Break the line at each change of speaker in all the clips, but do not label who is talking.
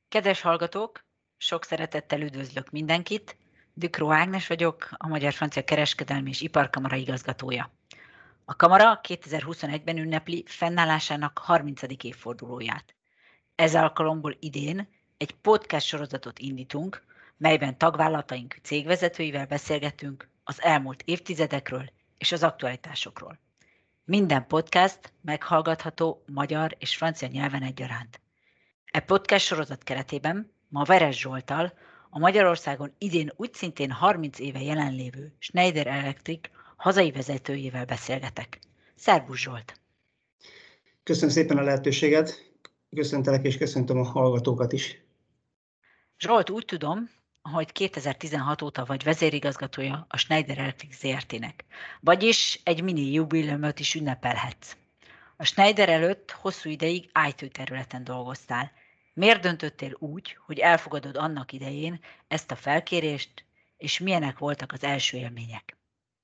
Kedves hallgatók, sok szeretettel üdvözlök mindenkit. Ducrot Ágnes vagyok, a Magyar-Francia Kereskedelmi és Iparkamara igazgatója. A kamara 2021-ben ünnepli fennállásának 30. évfordulóját. Ez alkalomból idén egy podcast sorozatot indítunk, melyben tagvállalataink cégvezetőivel beszélgetünk az elmúlt évtizedekről és az aktualitásokról. Minden podcast meghallgatható magyar és francia nyelven egyaránt. E podcast sorozat keretében ma Veres Zsolttal, a Magyarországon idén úgyszintén 30 éve jelenlévő Schneider Electric hazai vezetőjével beszélgetek. Szervusz Zsolt!
Köszönöm szépen a lehetőséget, köszöntelek és köszöntöm a hallgatókat is.
Zsolt, úgy tudom, hogy 2016 óta vagy vezérigazgatója a Schneider Electric Zrt-nek, vagyis egy mini jubileumot is ünnepelhetsz. A Schneider előtt hosszú ideig IT területen dolgoztál. Miért döntöttél úgy, hogy elfogadod annak idején ezt a felkérést, és milyenek voltak az első élmények?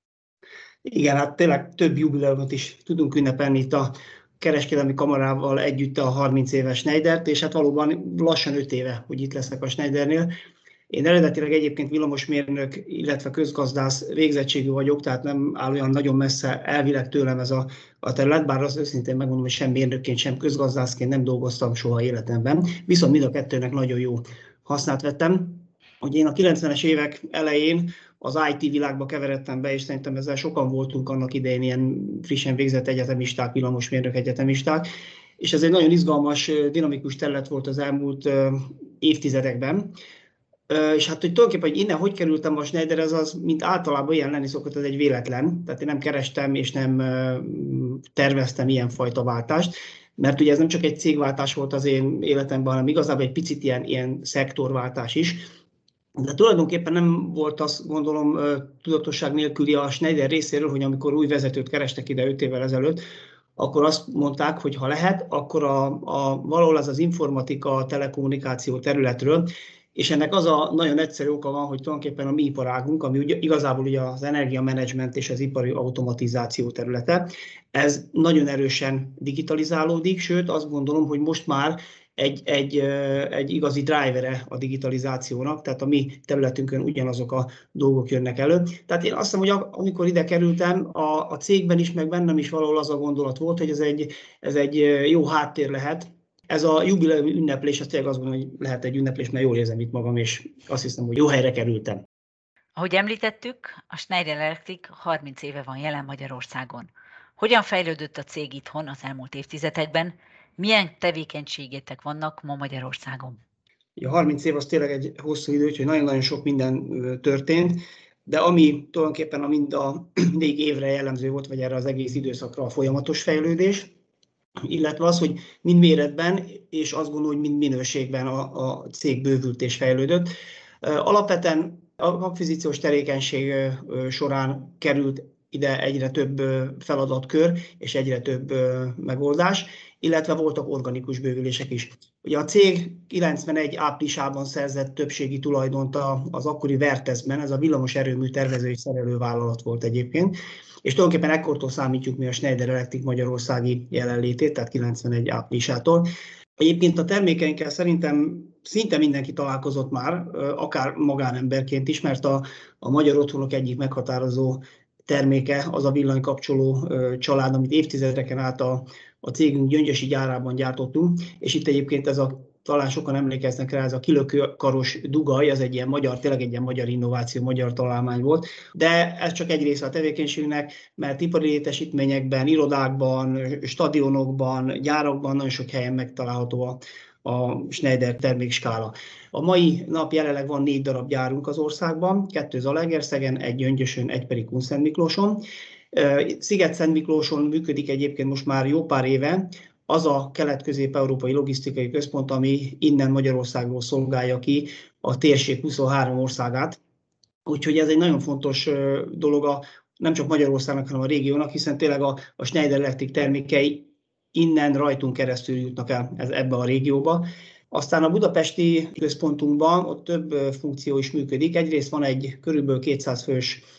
Igen, hát tényleg több jubileumot is tudunk ünnepelni itt a kereskedelmi kamarával együtt a 30 éves Schneidert, és hát valóban lassan 5 éve, hogy itt leszek a Schneidernél. Én eredetileg egyébként villamosmérnök, illetve közgazdász végzettségű vagyok, tehát nem áll olyan nagyon messze elvileg tőlem ez a terület, bár azt őszintén megmondom, hogy sem mérnökként, sem közgazdászként nem dolgoztam soha életemben, viszont mind a kettőnek nagyon jó hasznát vettem. Hogy én a 90-es évek elején az IT világba keveredtem be, és szerintem ezzel sokan voltunk annak idején ilyen frissen végzett egyetemisták, villamosmérnök egyetemisták, és ez egy nagyon izgalmas, dinamikus terület volt az elmúlt évtizedekben. És hát, hogy tulajdonképpen, hogy innen hogy kerültem a Schneiderhez, az mint általában ilyen lenni szokott, ez egy véletlen. Tehát én nem kerestem és nem terveztem ilyenfajta váltást, mert ugye ez nem csak egy cégváltás volt az én életemben, hanem igazából egy picit ilyen szektorváltás is. De tulajdonképpen nem volt azt gondolom tudatosság nélküli a Schneider részéről, hogy amikor új vezetőt kerestek ide 5 évvel ezelőtt, akkor azt mondták, hogy ha lehet, akkor valahol az informatika, a telekommunikáció területről, és ennek az a nagyon egyszerű oka van, hogy tulajdonképpen a mi iparágunk, ami igazából ugye az energiamenedzsment és az ipari automatizáció területe, ez nagyon erősen digitalizálódik, sőt azt gondolom, hogy most már egy igazi drivere a digitalizációnak, tehát a mi területünkön ugyanazok a dolgok jönnek elő. Tehát én azt hiszem, hogy amikor ide kerültem, a cégben is, meg bennem is valahol az a gondolat volt, hogy ez egy jó háttér lehet. Ez a jubileumi ünneplés, azt tényleg azt gondolom, hogy lehet egy ünneplés, mert jól érzem itt magam, és azt hiszem, hogy jó helyre kerültem.
Ahogy említettük, a Schneider Electric 30 éve van jelen Magyarországon. Hogyan fejlődött a cég itthon az elmúlt évtizedekben? Milyen tevékenységétek vannak ma Magyarországon?
A 30 év az tényleg egy hosszú idő, úgyhogy nagyon-nagyon sok minden történt, de ami tulajdonképpen mind a 4 évre jellemző volt, vagy erre az egész időszakra a folyamatos fejlődés, illetve az, hogy mind méretben, és azt gondolom, hogy mind minőségben a cég bővült és fejlődött. Alapvetően a akvizíciós tevékenység során került ide egyre több feladatkör és egyre több megoldás, illetve voltak organikus bővülések is. Ugye a cég 91 áprilisában szerzett többségi tulajdont az akkori Vertesben, ez a villamos erőmű tervező és szerelő vállalat volt egyébként, és tulajdonképpen ekkortól számítjuk mi a Schneider Electric magyarországi jelenlétét, tehát 91 áprilisától. Egyébként a termékeinkkel szerintem szinte mindenki találkozott már, akár magánemberként is, mert a magyar otthonok egyik meghatározó terméke az a villanykapcsoló család, amit évtizedeken át a cégünk Gyöngyösi gyárában gyártottunk, és itt egyébként talán sokan emlékeznek rá, ez a kilökőkaros dugaj, az egy ilyen magyar, tényleg egy ilyen magyar innováció, magyar találmány volt, de ez csak egy része a tevékenységnek, mert ipari létesítményekben, irodákban, stadionokban, gyárakban nagyon sok helyen megtalálható a Schneider termékskála. A mai nap jelenleg van 4 darab gyárunk az országban, 2 Zalaegerszegen, 1 Gyöngyösön, 1 pedig Kunszentmiklóson. Sziget-Szentmiklóson működik egyébként most már jó pár éve az a kelet-közép-európai logisztikai központ, ami innen Magyarországról szolgálja ki a térség 23 országát. Úgyhogy ez egy nagyon fontos dolog nem csak Magyarországnak, hanem a régiónak, hiszen tényleg a Schneider Electric termékei innen rajtunk keresztül jutnak el ebbe a régióba. Aztán a budapesti központunkban ott több funkció is működik. Egyrészt van egy körülbelül 200 fős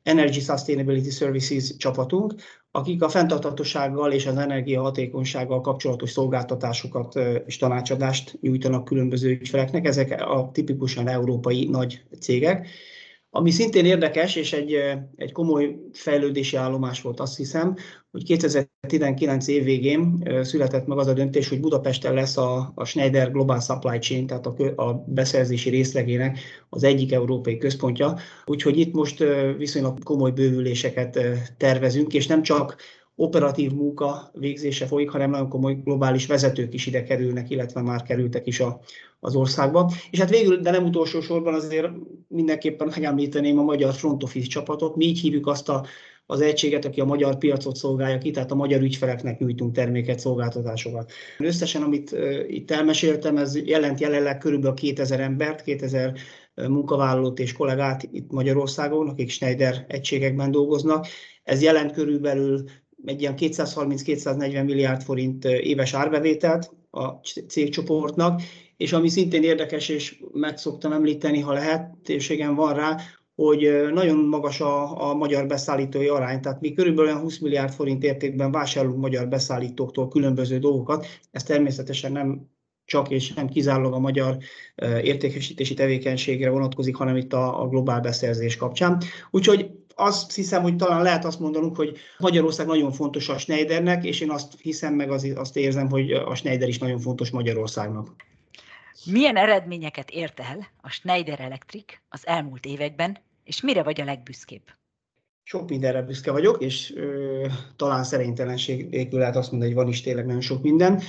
Energy Sustainability Services csapatunk, akik a fenntarthatósággal és az energiahatékonysággal kapcsolatos szolgáltatásokat és tanácsadást nyújtanak különböző ügyfeleknek. Ezek a tipikusan európai nagy cégek. Ami szintén érdekes, és egy komoly fejlődési állomás volt, azt hiszem, hogy 2019 év végén született meg az a döntés, hogy Budapesten lesz a Schneider Global Supply Chain, tehát a beszerzési részlegének az egyik európai központja. Úgyhogy itt most viszonylag komoly bővüléseket tervezünk, és nem csak operatív munka végzése folyik, hanem nagyon komoly globális vezetők is ide kerülnek, illetve már kerültek is az országba. És hát végül, de nem utolsó sorban azért mindenképpen megemlíteném a magyar front office csapatot. Mi így hívjuk azt az egységet, aki a magyar piacot szolgálja ki, tehát a magyar ügyfeleknek nyújtunk terméket, szolgáltatásokat. Összesen, amit itt elmeséltem, ez jelent jelenleg körülbelül 2000 embert, 2000 munkavállalót és kollégát itt Magyarországon, akik Schneider egységekben dolgoznak. Ez jelent körülbelül egy ilyen 230-240 milliárd forint éves árbevételt a cégcsoportnak, és ami szintén érdekes, és meg szoktam említeni, ha lehetőségem van rá, hogy nagyon magas a magyar beszállítói arány, tehát mi körülbelül 20 milliárd forint értékben vásárolunk magyar beszállítóktól különböző dolgokat. Ez természetesen nem csak és nem kizárólag a magyar értékesítési tevékenységre vonatkozik, hanem itt a globál beszerzés kapcsán. Úgyhogy azt hiszem, hogy talán lehet azt mondanunk, hogy Magyarország nagyon fontos a Schneidernek, és én azt hiszem, meg azt érzem, hogy a Schneider is nagyon fontos Magyarországnak.
Milyen eredményeket ért el a Schneider Electric az elmúlt években, és mire vagy a legbüszkébb?
Sok mindenre büszke vagyok, és talán szerénytelenség nélkül lehet azt mondani, hogy van is tényleg nagyon sok minden.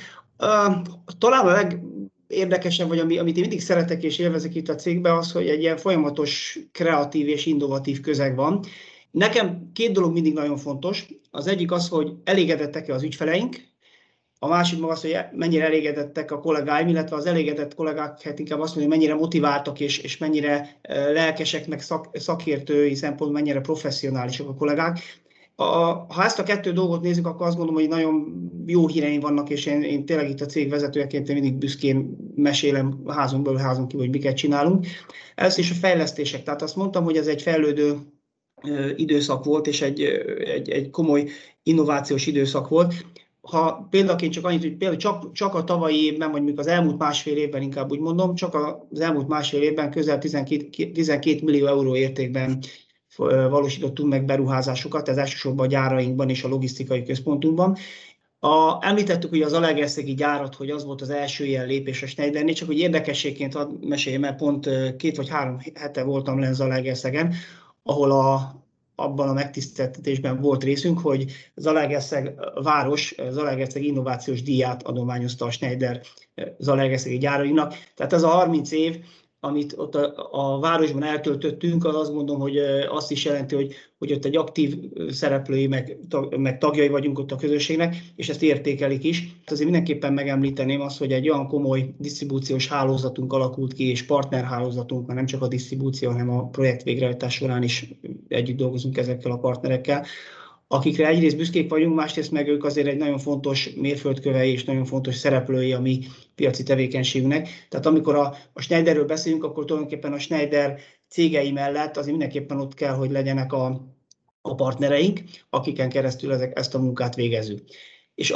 Talán a legérdekesebb, vagy amit én mindig szeretek és élvezek itt a cégben, az, hogy egy ilyen folyamatos, kreatív és innovatív közeg van. Nekem két dolog mindig nagyon fontos. Az egyik az, hogy elégedettek-e az ügyfeleink, a másik maga az, hogy mennyire elégedettek a kollégáim, illetve az elégedett kollégák, hát inkább azt mondja, hogy mennyire motiváltak és mennyire lelkesek, meg szakértői szempontból mennyire professzionálisak a kollégák. Ha ezt a kettő dolgot nézzük, akkor azt gondolom, hogy nagyon jó híreim vannak, és én tényleg itt a cég vezetőjeként mindig büszkén mesélem házon belül, házon kívül, hogy miket csinálunk. Először is a fejlesztések. Tehát azt mondtam, hogy ez egy fejlődő időszak volt, és egy komoly innovációs időszak volt. Ha példaként csak annyit, hogy például csak a tavalyi évben, vagy mondjuk az elmúlt másfél évben, inkább úgy mondom, csak az elmúlt másfél évben közel 12 millió euró értékben valósítottunk meg beruházásokat, ez elsősorban a gyárainkban és a logisztikai központunkban. Említettük ugye az zalaegerszegi gyárat, hogy az volt az első ilyen lépés a Schneidernél, csak hogy érdekességként hadd meséljem, mert pont 2 vagy 3 hete voltam le Zalaegerszegen, ahol abban a megtiszteltetésben volt részünk, hogy Zalaegerszeg város Zalaegerszeg innovációs díját adományozta a Schneider zalaegerszegi gyárainak. Tehát ez a 30 év, amit ott a városban eltöltöttünk, az azt mondom, hogy azt is jelenti, hogy ott egy aktív szereplői, meg tagjai vagyunk ott a közösségnek, és ezt értékelik is. Azért mindenképpen megemlíteném azt, hogy egy olyan komoly disztribúciós hálózatunk alakult ki, és partnerhálózatunk, mert nem csak a disztribúció, hanem a projekt végrehajtás során is együtt dolgozunk ezekkel a partnerekkel, akikre egyrészt büszkék vagyunk, másrészt meg ők azért egy nagyon fontos mérföldkövei és nagyon fontos szereplői a mi piaci tevékenységünknek. Tehát amikor a Schneiderről beszélünk, akkor tulajdonképpen a Schneider cégei mellett azért mindenképpen ott kell, hogy legyenek a partnereink, akiken keresztül ezt a munkát végezzük. És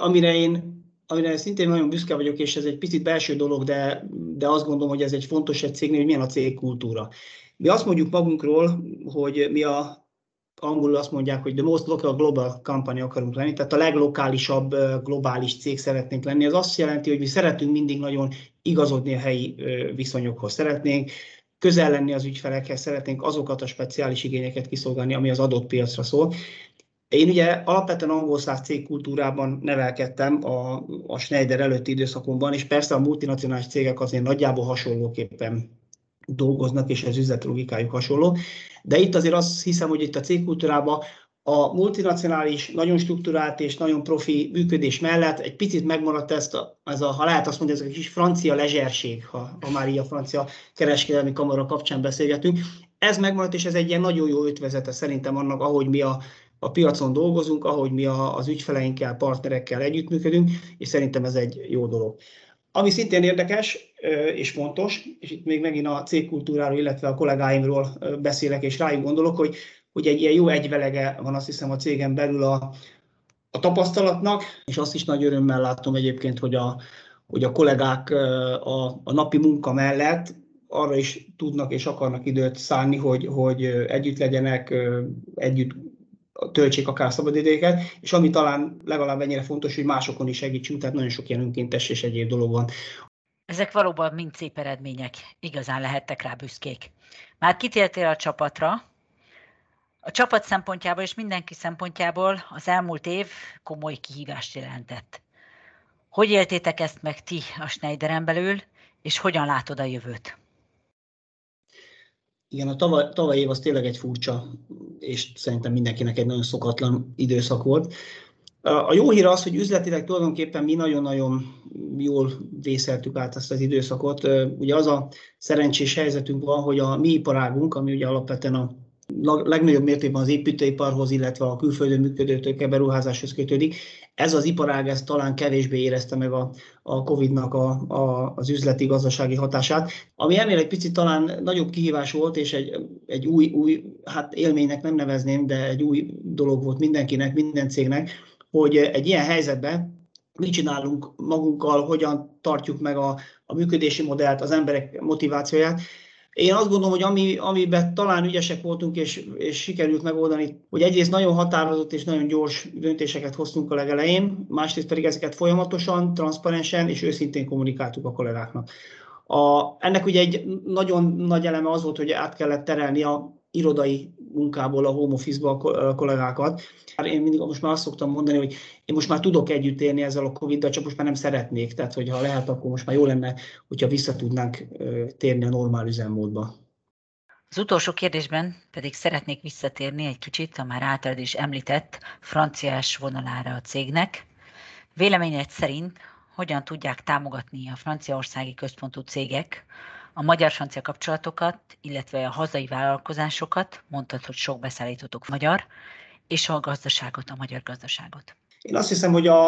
amire szintén nagyon büszke vagyok, és ez egy picit belső dolog, de azt gondolom, hogy ez egy fontos egy cégnél, hogy milyen a cégkultúra. Mi azt mondjuk magunkról, hogy mi angolul azt mondják, hogy the most local global company akarunk lenni, tehát a leglokálisabb globális cég szeretnénk lenni. Ez azt jelenti, hogy mi szeretünk mindig nagyon igazodni a helyi viszonyokhoz. Szeretnénk közel lenni az ügyfelekhez, szeretnénk azokat a speciális igényeket kiszolgálni, ami az adott piacra szól. Én ugye alapvetően angolszász cégkultúrában nevelkedtem a Schneider előtti időszakomban, és persze a multinacionális cégek azért nagyjából hasonlóképpen dolgoznak, és az üzletlogikájuk hasonló. De itt azért azt hiszem, hogy itt a cégkultúrában a multinacionális, nagyon strukturált és nagyon profi működés mellett egy picit megmaradt ha lehet azt mondani, ez a kis francia lezserség, ha már így a francia kereskedelmi kamara kapcsán beszélgetünk. Ez megmaradt, és ez egy ilyen nagyon jó ötvezete szerintem annak, ahogy mi a piacon dolgozunk, ahogy mi az ügyfeleinkkel, partnerekkel együttműködünk, és szerintem ez egy jó dolog. Ami szintén érdekes és fontos, és itt még megint a cégkultúráról, illetve a kollégáimról beszélek, és rájuk gondolok, hogy hogy egy ilyen jó egyvelege van, azt hiszem, a cégen belül a tapasztalatnak, és azt is nagy örömmel látom egyébként, hogy a kollégák a napi munka mellett arra is tudnak és akarnak időt szánni, hogy együtt legyenek, együtt töltsék akár szabadidejüket, és ami talán legalább ennyire fontos, hogy másokon is segítsünk, tehát nagyon sok ilyen önkéntes és egyéb dolog van.
Ezek valóban mind szép eredmények, igazán lehettek rá büszkék. Már kitértél a csapatra. A csapat szempontjából és mindenki szempontjából az elmúlt év komoly kihívást jelentett. Hogy éltétek ezt meg ti a Schneideren belül, és hogyan látod a jövőt?
Igen, a tavalyi év az tényleg egy furcsa, és szerintem mindenkinek egy nagyon szokatlan időszak volt. A jó hír az, hogy üzletileg tulajdonképpen mi nagyon-nagyon jól vészeltük át ezt az időszakot. Ugye az a szerencsés helyzetünk van, hogy a mi iparágunk, ami ugye alapvetően a legnagyobb mértékben az építőiparhoz, illetve a külföldön működő tőkeberuházáshoz kötődik. Ez az iparág ezt talán kevésbé érezte meg a Covid-nak az üzleti, gazdasági hatását, ami ennél egy picit talán nagyobb kihívás volt, és egy új, hát élménynek nem nevezném, de egy új dolog volt mindenkinek, minden cégnek, hogy egy ilyen helyzetben mit csinálunk magunkkal, hogyan tartjuk meg a működési modellt, az emberek motivációját. Én azt gondolom, hogy amiben talán ügyesek voltunk, és sikerült megoldani, hogy egyrészt nagyon határozott és nagyon gyors döntéseket hoztunk a legelején, másrészt pedig ezeket folyamatosan, transzparensen és őszintén kommunikáltuk a kollégáknak. Ennek ugye egy nagyon nagy eleme az volt, hogy át kellett terelni a irodai munkából a home office-ba a kollégákat. Én mindig most már azt szoktam mondani, hogy én most már tudok együtt élni ezzel a Covid-dal, csak most már nem szeretnék. Tehát, hogyha lehet, akkor most már jó lenne, hogyha vissza tudnánk térni a normál üzemmódba.
Az utolsó kérdésben pedig szeretnék visszatérni egy kicsit a már általad is említett franciás vonalára a cégnek. Véleményed szerint hogyan tudják támogatni a franciaországi központú cégek a magyar-francia kapcsolatokat, illetve a hazai vállalkozásokat, mondtad, hogy sok beszállítotok magyar, és a gazdaságot, a magyar gazdaságot?
Én azt hiszem, hogy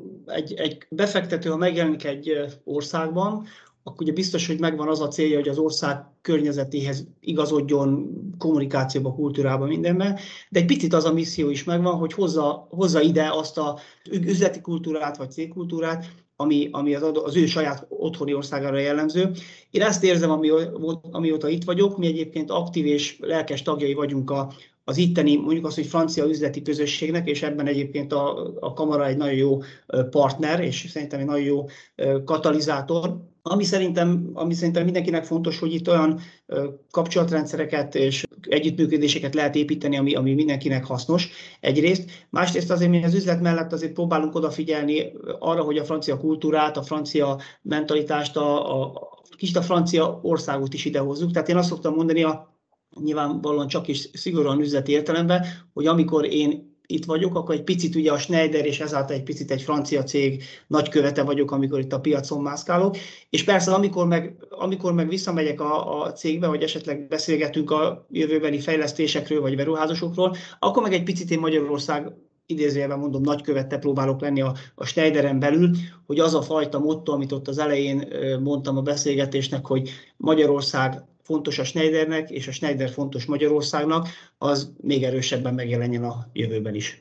egy befektető, ha megjelenik egy országban, akkor ugye biztos, hogy megvan az a célja, hogy az ország környezetéhez igazodjon, kommunikációba, kultúrába, mindenben, de egy picit az a misszió is megvan, hogy hozza ide azt az üzleti kultúrát vagy cégkultúrát, ami az ő saját otthoni országára jellemző. Én ezt érzem, amióta itt vagyok, mi egyébként aktív és lelkes tagjai vagyunk az itteni, mondjuk azt, hogy francia üzleti közösségnek, és ebben egyébként a kamara egy nagyon jó partner, és szerintem egy nagyon jó katalizátor. Ami szerintem mindenkinek fontos, hogy itt olyan kapcsolatrendszereket és együttműködéseket lehet építeni, ami mindenkinek hasznos egyrészt. Másrészt azért mi az üzlet mellett azért próbálunk odafigyelni arra, hogy a francia kultúrát, a francia mentalitást, kicsit a francia országot is idehozzuk. Tehát én azt szoktam mondani, nyilvánvalóan csak is szigorúan üzleti értelemben, hogy amikor én itt vagyok, akkor egy picit ugye a Schneider, és ezáltal egy picit egy francia cég nagykövete vagyok, amikor itt a piacon mászkálok. És persze, amikor meg visszamegyek a cégbe, vagy esetleg beszélgetünk a jövőbeli fejlesztésekről, vagy beruházásokról, akkor meg egy picit én Magyarország, idézőjelben mondom, nagykövete próbálok lenni a Schneideren belül, hogy az a fajta motto, amit ott az elején mondtam a beszélgetésnek, hogy Magyarország fontos a Schneidernek, és a Schneider fontos Magyarországnak, az még erősebben megjelenjen a jövőben is.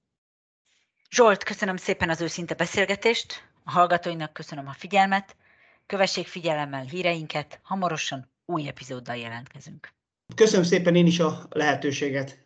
Zsolt, köszönöm szépen az őszinte beszélgetést, a hallgatóinak köszönöm a figyelmet, kövessék figyelemmel híreinket, hamarosan új epizóddal jelentkezünk.
Köszönöm szépen én is a lehetőséget.